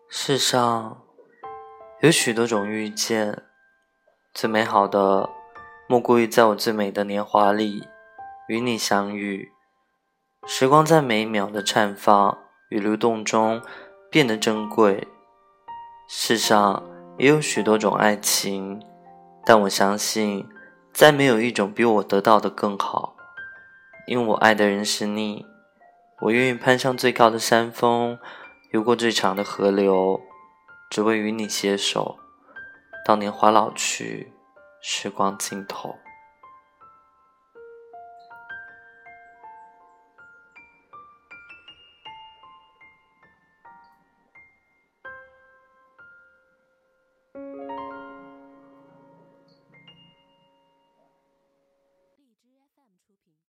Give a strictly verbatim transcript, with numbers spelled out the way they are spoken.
世上有许多种遇见，最美好的莫过于在我最美的年华里与你相遇。时光在每一秒的绽放与流动中变得珍贵。世上也有许多种爱情，但我相信再没有一种比我得到的更好。因为我爱的人是你，我愿意攀上最高的山峰，游过最长的河流，只为与你携手，到年华老去，时光尽头。